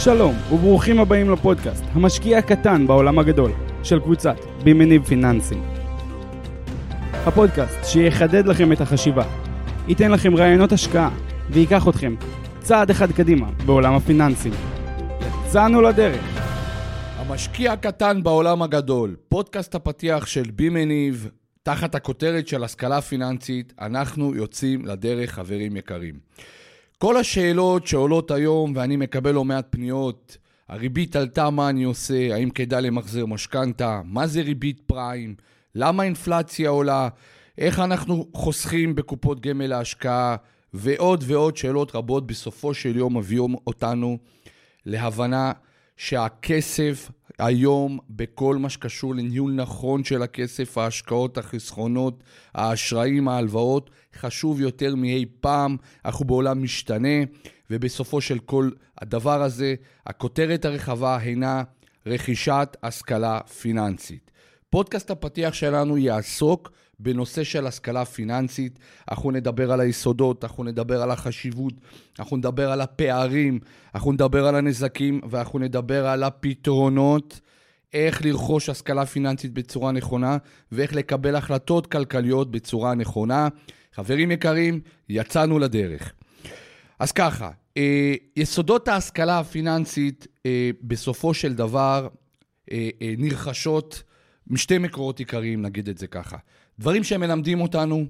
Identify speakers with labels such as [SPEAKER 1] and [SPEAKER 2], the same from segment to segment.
[SPEAKER 1] שלום וברוכים הבאים לפודקאסט, המשקיע הקטן בעולם הגדול של קבוצת בימניב פיננסים. הפודקאסט שיחדד לכם את החשיבה, ייתן לכם רעיונות השקעה ויקח אתכם צעד אחד קדימה בעולם הפיננסים. יצאנו לדרך.
[SPEAKER 2] המשקיע הקטן בעולם הגדול, פודקאסט הפתיח של בימניב, תחת הכותרת של השכלה פיננסית, אנחנו יוצאים לדרך, חברים יקרים. כל השאלות שעולות היום, ואני מקבל לא מעט פניות, הריבית עלתה, מה אני עושה? האם כדאי למחזר משכנתה? מה זה ריבית פריים? למה אינפלציה עולה? איך אנחנו חוסכים בקופות גמל להשקעה? ועוד ועוד שאלות רבות בסופו של יום מביאים אותנו להבנה שהכסף היום בכל מה שקשור לניהול נכון של הכסף, ההשקעות, החסכונות, האשראים, ההלוואות, חשוב יותר מאי פעם. אנחנו בעולם משתנה, ובסופו של כל הדבר הזה, הכותרת הרחבה הינה רכישת השכלה פיננסית. פודקאסט הפתיח שלנו יעסוק בנושא של השכלה פיננסית. אנחנו נדבר על היסודות, אנחנו נדבר על החשיבות, אנחנו נדבר על הפערים, אנחנו נדבר על הנזקים, ואנחנו נדבר על הפתרונות, איך לרכוש השכלה פיננסית בצורה נכונה, ואיך לקבל החלטות כלכליות בצורה נכונה. חברים יקרים, יצאנו לדרך. אז ככה, יסודות ההשכלה הפיננסית בסופו של דבר נרכשות משתי מקורות עיקריים, נגיד את זה ככה. דברים שהם מלמדים אותנו,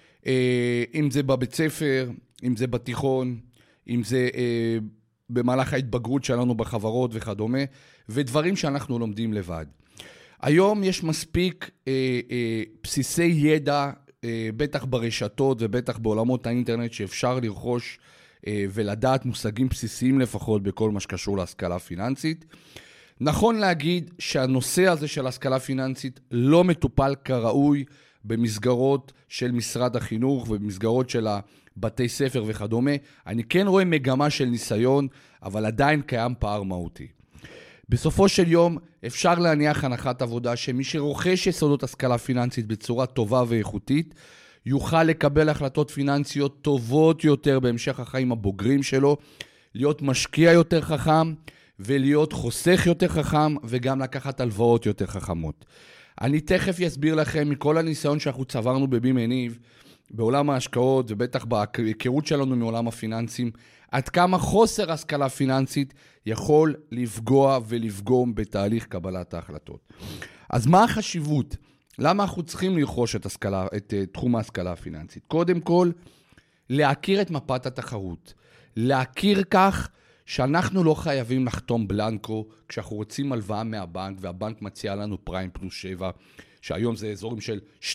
[SPEAKER 2] אם זה בבית ספר, אם זה בתיכון, אם זה במהלך ההתבגרות שלנו בחברות וכדומה, ודברים שאנחנו לומדים לבד. היום יש מספיק בסיסי ידע, בטח ברשתות ובטח בעולמות האינטרנט, שאפשר לרכוש ולדעת מושגים בסיסיים לפחות בכל מה שקשור להשכלה פיננסית. נכון להגיד שהנושא הזה של השכלה פיננסית לא מטופל כראוי במסגרות של משרד החינוך ובמסגרות של בתי ספר וכדומה. אני כן רואה מגמה של ניסיון, אבל עדיין קיים פער מהותי. בסופו של יום אפשר להניח הנחת עבודה שמי שרוכש יסודות השכלה פיננסית בצורה טובה ואיכותית, יוכל לקבל החלטות פיננסיות טובות יותר בהמשך החיים הבוגרים שלו, להיות משקיע יותר חכם, ולהיות חוסך יותר חכם, וגם לקחת הלוואות יותר חכמות. אני תכף אסביר לכם מכל הניסיון שאנחנו צברנו בבימניב, בעולם ההשקעות, ובטח בהיכרות שלנו מעולם הפיננסים, עד כמה חוסר השכלה פיננסית יכול לפגוע ולפגום בתהליך קבלת ההחלטות. אז מה החשיבות? למה אנחנו צריכים לרכוש את תחום ההשכלה הפיננסית? קודם כל, להכיר את מפת התחרות. להכיר כך שאנחנו לא חייבים לחתום בלנקו כשאנחנו רוצים הלוואה מהבנק, והבנק מציע לנו פריים פלוס 7, שהיום זה אזורים של 12%.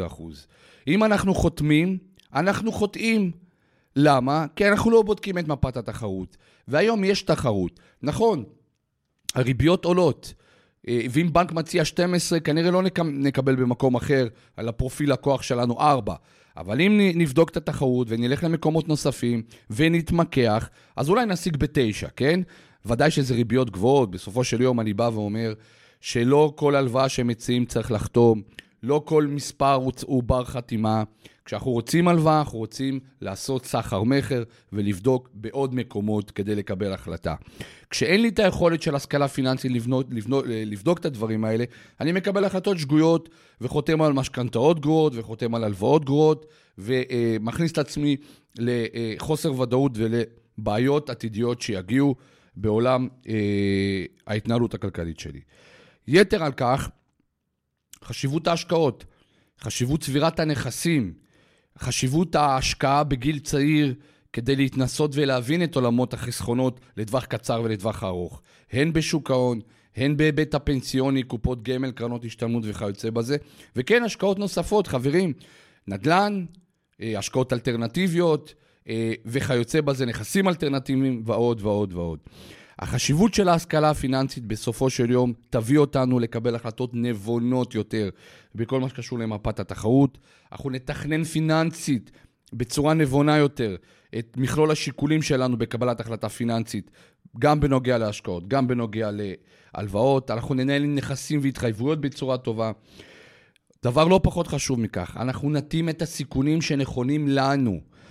[SPEAKER 2] אם אנחנו חותמים, אנחנו חוטאים. למה? כי אנחנו לא בודקים את מפת התחרות. והיום יש תחרות. נכון, הריביות עולות. ואם בנק מציע 12, כנראה לא נקבל במקום אחר, על הפרופיל לקוח שלנו 4. אבל אם נבדוק את התחרות ונלך למקומות נוספים ונתמקח, אז אולי נשיג ב9, כן? ודאי שזה ריביות גבוהות. בסופו של יום אני בא ואומר שלא כל הלוואה שמציעים צריך לחתום, לא כל מספר הוא בר חתימה. כשאנחנו רוצים הלוואה, אנחנו רוצים לעשות סחר מחר ולבדוק בעוד מקומות כדי לקבל החלטה. כשאין לי את היכולת של השכלה פיננסית לבדוק את הדברים האלה, אני מקבל החלטות שגויות וחותם על משכנתאות גרועות וחותם על הלוואות גרועות, ומכניס את עצמי לחוסר ודאות ולבעיות עתידיות שיגיעו בעולם ההתנהלות הכלכלית שלי. יתר על כך, חשיבות ההשקעות, חשיבות צבירת הנכסים, חשיבות ההשקעה בגיל צעיר כדי להתנסות ולהבין את עולמות החסכונות לטווח קצר ולטווח ארוך. הן בשוק ההון, הן בהיבט הפנסיוני, קופות גמל, קרנות השתלמות וכיוצא בזה. וכן, השקעות נוספות, חברים, נדל"ן, השקעות אלטרנטיביות וכיוצא בזה, נכסים אלטרנטיביים ועוד ועוד ועוד. החשיבות של ההשכלה הפיננסית בסופו של יום תביא אותנו לקבל החלטות נבונות יותר בכל מה שקשור למפת התחרות. אנחנו נתכנן פיננסית בצורה נבונה יותר את מכלול השיקולים שלנו בקבלת החלטה פיננסית, גם בנוגע להשקעות, גם בנוגע להלוואות. אנחנו ננהל נכסים והתחייבויות בצורה טובה. דבר לא פחות חשוב מכך, אנחנו נתאים את הסיכונים שנכונים לנו.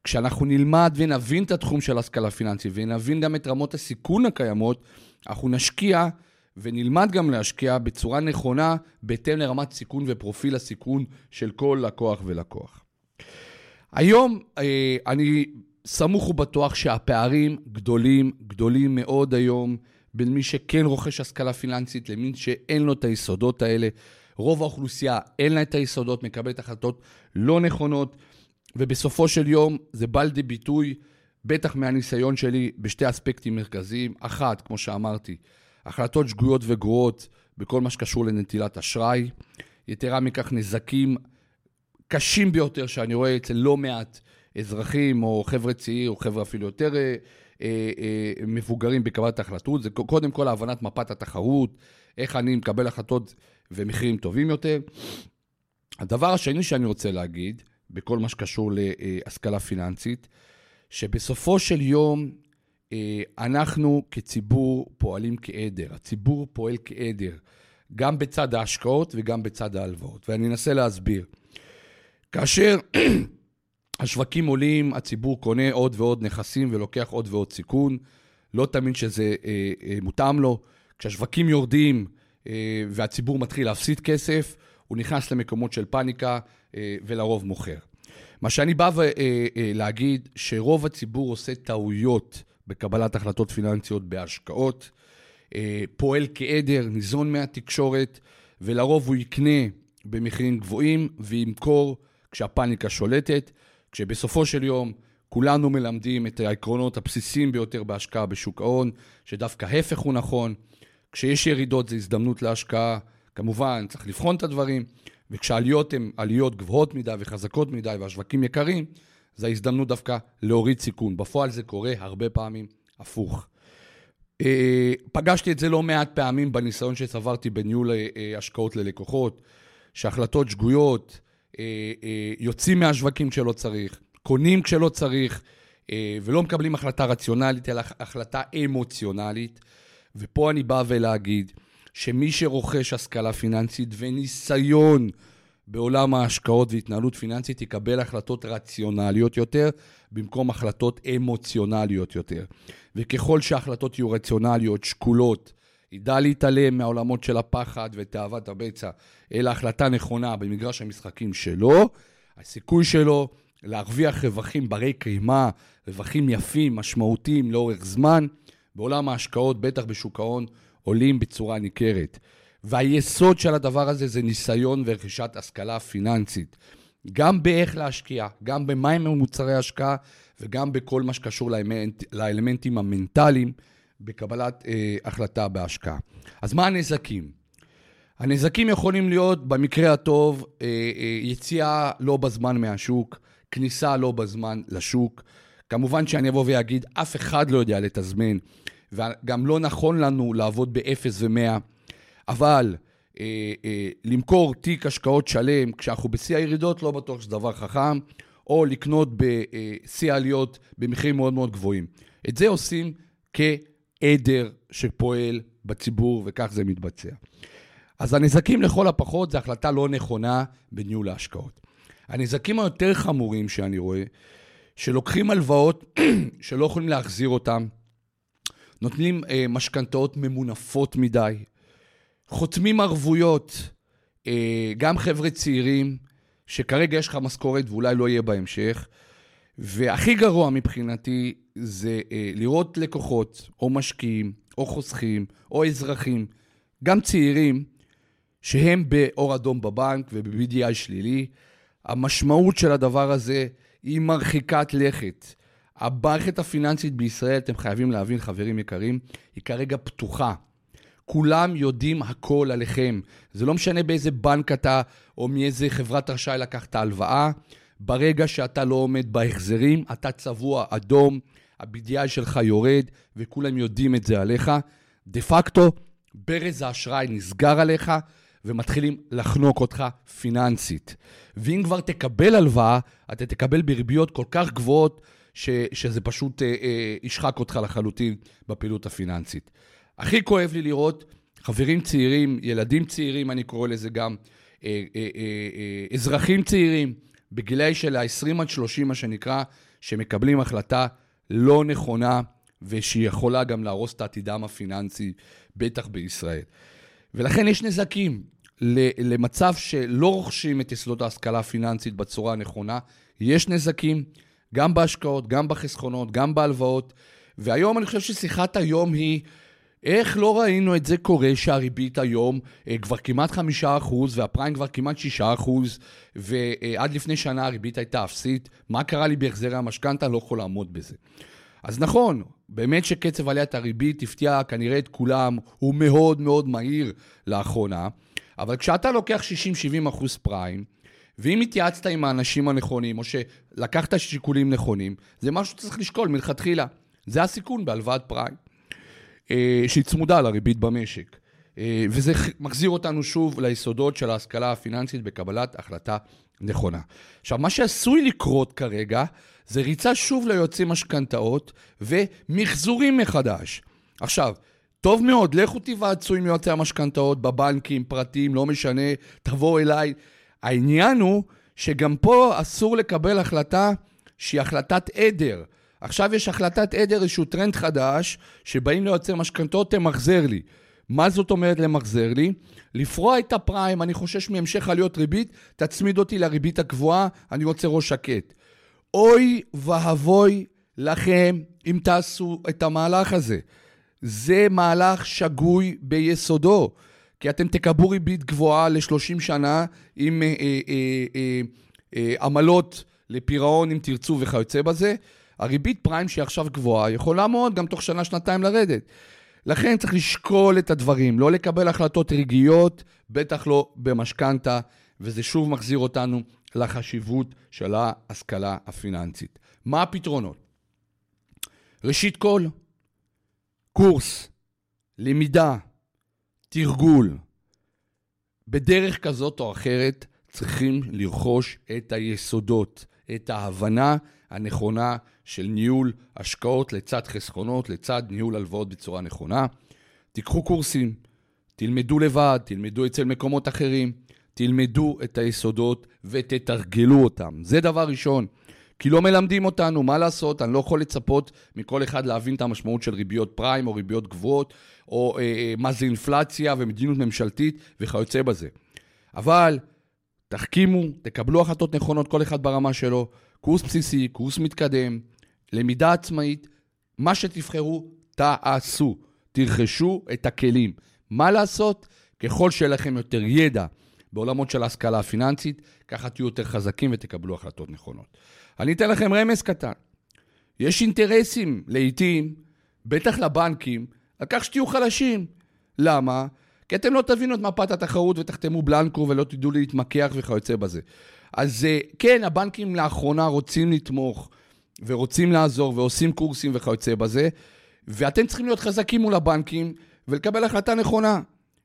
[SPEAKER 2] כשאנחנו נלמד ונבין את התחום של השכלה פיננסית, ונבין גם את רמות הסיכון הקיימות, אנחנו נשקיע ונלמד גם להשקיע בצורה נכונה, בהתאם לרמת סיכון ופרופיל הסיכון של כל לקוח ולקוח. היום אני סמוך ובטוח שהפערים גדולים מאוד היום, בין מי שכן רוכש השכלה פיננסית, למי שאין לו את היסודות האלה. רוב האוכלוסייה אין לה את היסודות, מקבלת החלטות לא נכונות, ובסופו של יום זה בא לידי ביטוי, בטח מהניסיון שלי, בשתי אספקטים מרכזיים. אחד, כמו שאמרתי, החלטות שגויות וגרועות בכל מה שקשור לנטילת אשראי. יתרה מכך, נזקים קשים ביותר שאני רואה אצל לא מעט אזרחים או חבר'ה צעיר או חבר'ה אפילו יותר מבוגרים בקבלת ההחלטות. זה קודם כל ההבנת מפת התחרות, איך אני מקבל החלטות ומחירים טובים יותר. הדבר השני שאני רוצה להגיד, בכל מה שקשור להשכלה פיננסית, שבסופו של יום אנחנו כציבור פועלים כעדר. הציבור פועל כעדר, גם בצד ההשקעות וגם בצד ההלוואות. ואני אנסה להסביר. כאשר השווקים עולים, הציבור קונה עוד ועוד נכסים ולוקח עוד ועוד סיכון. לא תמיד שזה מותאם לו. כשהשווקים יורדים והציבור מתחיל להפסיד כסף, הוא נכנס למקומות של פאניקה ולרוב מוכר. מה שאני בא להגיד, שרוב הציבור עושה טעויות בקבלת החלטות פיננסיות בהשקעות, פועל כעדר, ניזון מהתקשורת, ולרוב הוא יקנה במחירים גבוהים וימכור כשהפאניקה שולטת, כשבסופו של יום כולנו מלמדים את העקרונות הבסיסיים ביותר בהשקעה בשוק ההון, שדווקא ההפך הוא נכון. כשיש ירידות זה הזדמנות להשקעה, כמובן צריך לבחון את הדברים, וכשהעליות הן עליות גבוהות מדי וחזקות מדי והשווקים יקרים, זה ההזדמנות דווקא להוריד סיכון. בפועל זה קורה הרבה פעמים הפוך. פגשתי את זה לא מעט פעמים בניסיון שצברתי בניהול השקעות ללקוחות, שהחלטות שגויות, יוצאים מהשווקים כשלא צריך, קונים כשלא צריך, ולא מקבלים החלטה רציונלית, אלא החלטה אמוציונלית. ופה אני בא ולהגיד, שמי שרוכש השכלה פיננסית וניסיון בעולם ההשקעות והתנהלות פיננסית, יקבל החלטות רציונליות יותר, במקום החלטות אמוציונליות יותר. וככל שההחלטות יהיו רציונליות, שקולות, ידע להתעלם מהעולמות של הפחד ותאוות הבצע, אלא החלטה נכונה במגרש המשחקים שלו, הסיכוי שלו להרוויח רווחים ברי קיימה, רווחים יפים, משמעותיים לאורך זמן, בעולם ההשקעות, בטח בשוק ההון, עולים בצורה ניכרת. והיסוד של הדבר הזה זה ניסיון ורכישת השכלה פיננסית. גם באיך להשקיע, גם במים ומוצרי השקעה, וגם בכל מה שקשור לאלמנטים המנטליים בקבלת החלטה בהשקעה. אז מה הנזקים? הנזקים יכולים להיות במקרה הטוב, יציאה לא בזמן מהשוק, כניסה לא בזמן לשוק. כמובן שאני אבוא ויגיד, אף אחד לא יודע לתזמן, וגם לא נכון לנו לעבוד ב-0 ו-100, אבל למכור תיק השקעות שלם, כשאנחנו בשיא הירידות לא בטוח שזה דבר חכם, או לקנות בשיא העליות במחירים מאוד מאוד גבוהים. את זה עושים כעדר שפועל בציבור, וכך זה מתבצע. אז הנזקים לכל הפחות זה החלטה לא נכונה בניהול ההשקעות. הנזקים היותר חמורים שאני רואה, שלוקחים הלוואות שלא יכולים להחזיר אותם, נותנים משכנתאות ממונפות מדי, חותמים ערבויות, גם חבר'ה צעירים, שכרגע יש לך משכורת ואולי לא יהיה בהמשך, והכי גרוע מבחינתי זה לראות לקוחות או משקיעים או חוסכים או אזרחים, גם צעירים, שהם באור אדום בבנק וב-BDI שלילי. המשמעות של הדבר הזה היא מרחיקת לכת. המערכת הפיננסית בישראל, אתם חייבים להבין, חברים יקרים, היא כרגע פתוחה. כולם יודעים הכל עליכם. זה לא משנה באיזה בנק אתה או מאיזה חברת אשראי לקחת הלוואה. ברגע שאתה לא עומד בהחזרים, אתה צבוע אדום, ה-BDI שלך יורד, וכולם יודעים את זה עליך. דה פקטו, ברז האשראי נסגר עליך, ומתחילים לחנוק אותך פיננסית. ואם כבר תקבל הלוואה, אתה תקבל בריביות כל כך גבוהות, שזה פשוט ישחק אותך לחלוטין בפעילות הפיננסית. הכי כואב לי לראות חברים צעירים, ילדים צעירים, אני קורא לזה גם, אזרחים צעירים, בגילי של ה-20 עד 30, מה שנקרא, שמקבלים החלטה לא נכונה, ושהיא יכולה גם להרוס את העתידם הפיננסי, בטח בישראל. ולכן יש נזקים למצב שלא רוכשים את יסודות ההשכלה הפיננסית בצורה הנכונה. יש נזקים גם בהשקעות, גם בחסכונות, גם בהלוואות. והיום אני חושב ששיחת היום היא, איך לא ראינו את זה קורה שהריבית היום כבר כמעט 5% והפריים כבר כמעט 6%, ועד לפני שנה הריבית הייתה אפסית. מה קרה לי בהחזרי המשכנתא? לא יכול לעמוד בזה. אז נכון, באמת שקצב עליית הריבית הפתיע כנראה את כולם, הוא מאוד מאוד מהיר לאחרונה, אבל כשאתה לוקח 60-70% פריים, ואם התייעצת עם האנשים הנכונים, או שלקחת שיקולים נכונים, זה משהו שצריך לשקול מלכתחילה. זה הסיכון בהלוואת פריים, שהיא צמודה לריבית במשק. וזה מחזיר אותנו שוב ליסודות של ההשכלה הפיננסית בקבלת החלטה נכונה. עכשיו, מה שעשוי לקרות כרגע, זה ריצה שוב ליועצים משכנתאות ומחזורים מחדש. עכשיו, טוב מאוד, לכו תיוועצו עם יועצי המשכנתאות בבנקים, פרטיים, לא משנה, תבואו אליי. העניין הוא שגם פה אסור לקבל החלטה שהיא החלטת עדר. עכשיו יש החלטת עדר, איזשהו טרנד חדש, שבאים ליועצי משכנתאות, תמחזר לי. מה זאת אומרת למחזר לי? לפרוע את הפריים, אני חושש מהמשך עליות ריבית, תצמיד אותי לריבית הקבועה, אני רוצה ראש שקט. אוי ואבוי לכם אם תעשו את המהלך הזה. זה מהלך שגוי ביסודו, כי אתם תקבלו ריבית גבוהה ל-30 שנה עם עמלות לפירעון אם תרצו וכיוצא בזה. הריבית פריים שהיא עכשיו גבוהה יכולה מאוד גם תוך שנה, שנתיים לרדת. לכן צריך לשקול את הדברים, לא לקבל החלטות רגעיות, בטח לא במשכנתא, וזה שוב מחזיר אותנו לחשיבות של ההשכלה הפיננסית. מה הפתרונות? ראשית כל, קורס, למידה, תרגול. בדרך כזאת או אחרת צריכים לרכוש את היסודות, את ההבנה הנכונה של ניהול השקעות לצד חסכונות, לצד ניהול הלוואות בצורה נכונה. תיקחו קורסים, תלמדו לבד, תלמדו אצל מקומות אחרים, תלמדו את היסודות ותתרגלו אותם. זה דבר ראשון, כי לא מלמדים אותנו מה לעשות. אני לא יכול לצפות מכל אחד להבין את המשמעות של ריביות פריים או ריביות גבוהות, או מה זה אינפלציה ומדיניות ממשלתית וכיוצא בזה. אבל תחכימו, תקבלו החלטות נכונות, כל אחד ברמה שלו, קורס בסיסי, קורס מתקדם, למידה עצמאית, מה שתבחרו, תעשו, תרכשו את הכלים. מה לעשות? ככל שיהיה לכם יותר ידע בעולמות של ההשכלה הפיננסית, ככה תהיו יותר חזקים ותקבלו החלטות נכונות. אני אתן לכם רמז קטן. יש אינטרסים לעתים, בטח לבנקים, על כך שתהיו חלשים. למה? כי אתם לא תבינו את מפת התחרות ותחתמו בלנקו ולא תדעו להתמקח וכיוצא בזה. אז כן, הבנקים לאחרונה רוצים לתמוך ורוצים לעזור ועושים קורסים וכיוצא בזה, ואתם צריכים להיות חזקים מול הבנקים ולקבל החלטה נכונה.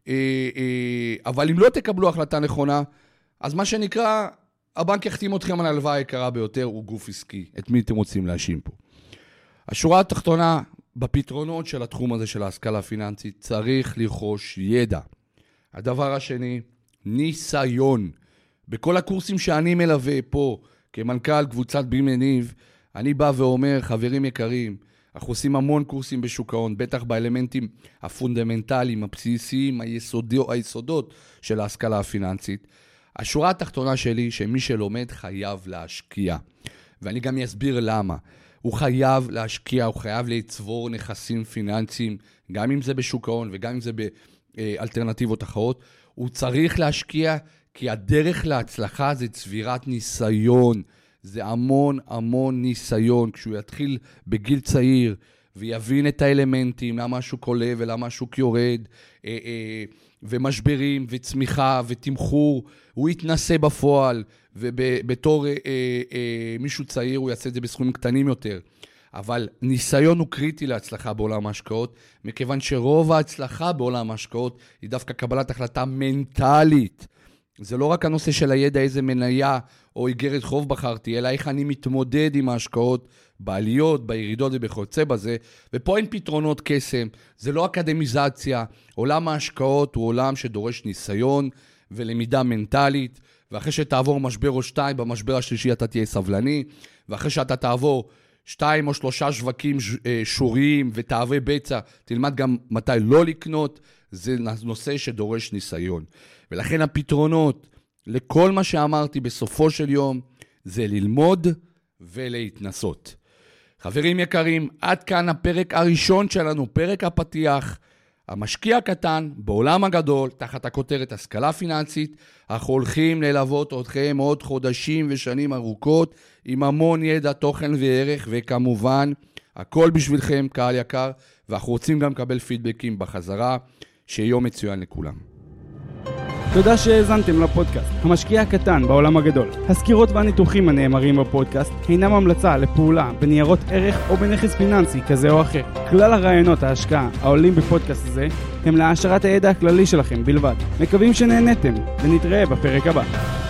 [SPEAKER 2] אבל אם לא תקבלו החלטה נכונה, אז מה שנקרא, הבנק יחתים אתכם על ההלוואה היקרה ביותר, הוא גוף עסקי. את מי אתם רוצים להאשים פה? השורה התחתונה, בפתרונות של התחום הזה של ההשכלה הפיננסית, צריך לרכוש ידע. הדבר השני, ניסיון. בכל הקורסים שאני מלווה פה, כמנכ"ל קבוצת בי מניב, אני בא ואומר, חברים יקרים, אנחנו עושים המון קורסים בשוק ההון, בטח באלמנטים הפונדמנטליים, הבסיסיים, היסודות של ההשכלה הפיננסית. השורה התחתונה שלי, שמי שלומד חייב להשקיע. ואני גם אסביר למה. הוא חייב להשקיע, הוא חייב לצבור נכסים פיננסיים, גם אם זה בשוק ההון וגם אם זה באלטרנטיבות אחרות. הוא צריך להשקיע, כי הדרך להצלחה זה צבירת ניסיון. זה המון המון ניסיון. כשהוא יתחיל בגיל צעיר ויבין את האלמנטים, למה השוק עולה ולמה השוק יורד, ומשברים וצמיחה ותמחור, הוא יתנסה בפועל, ובתור מישהו צעיר הוא יעשה את זה בסכומים קטנים יותר. אבל ניסיון הוא קריטי להצלחה בעולם ההשקעות, מכיוון שרוב ההצלחה בעולם ההשקעות היא דווקא קבלת החלטה מנטלית. זה לא רק הנושא של הידע איזה מניה או איגרת חוב בחרתי, אלא איך אני מתמודד עם ההשקעות בעליות, בירידות ובחוצה בזה, ופה אין פתרונות קסם, זה לא אקדמיזציה, עולם ההשקעות הוא עולם שדורש ניסיון ולמידה מנטלית, ואחרי שתעבור משבר או 2, במשבר השלישי אתה תהיה סבלני, ואחרי שאתה תעבור 2 או 3 שווקים שוריים ותאווה בצע, תלמד גם מתי לא לקנות, זה נושא שדורש ניסיון. ולכן הפתרונות לכל מה שאמרתי בסופו של יום, זה ללמוד ולהתנסות. חברים יקרים, עד כאן הפרק הראשון שלנו, פרק הפתיח, המשקיע הקטן בעולם הגדול, תחת הכותרת השכלה פיננסית. אנחנו הולכים ללוות אתכם עוד חודשים ושנים ארוכות, עם המון ידע, תוכן וערך, וכמובן, הכל בשבילכם, קהל יקר, ואנחנו רוצים גם לקבל פידבקים בחזרה, שיום מצוין לכולם.
[SPEAKER 1] תודה שהאזנתם לפודקאסט, המשקיע הקטן בעולם הגדול. הסקירות והניתוחים הנאמרים בפודקאסט אינם המלצה לפעולה בניירות ערך או בנכס פיננסי כזה או אחר. כלל הרעיונות ההשקעה העולים בפודקאסט הזה הם להעשרת הידע הכללי שלכם בלבד. מקווים שנהנתם, ונתראה בפרק הבא.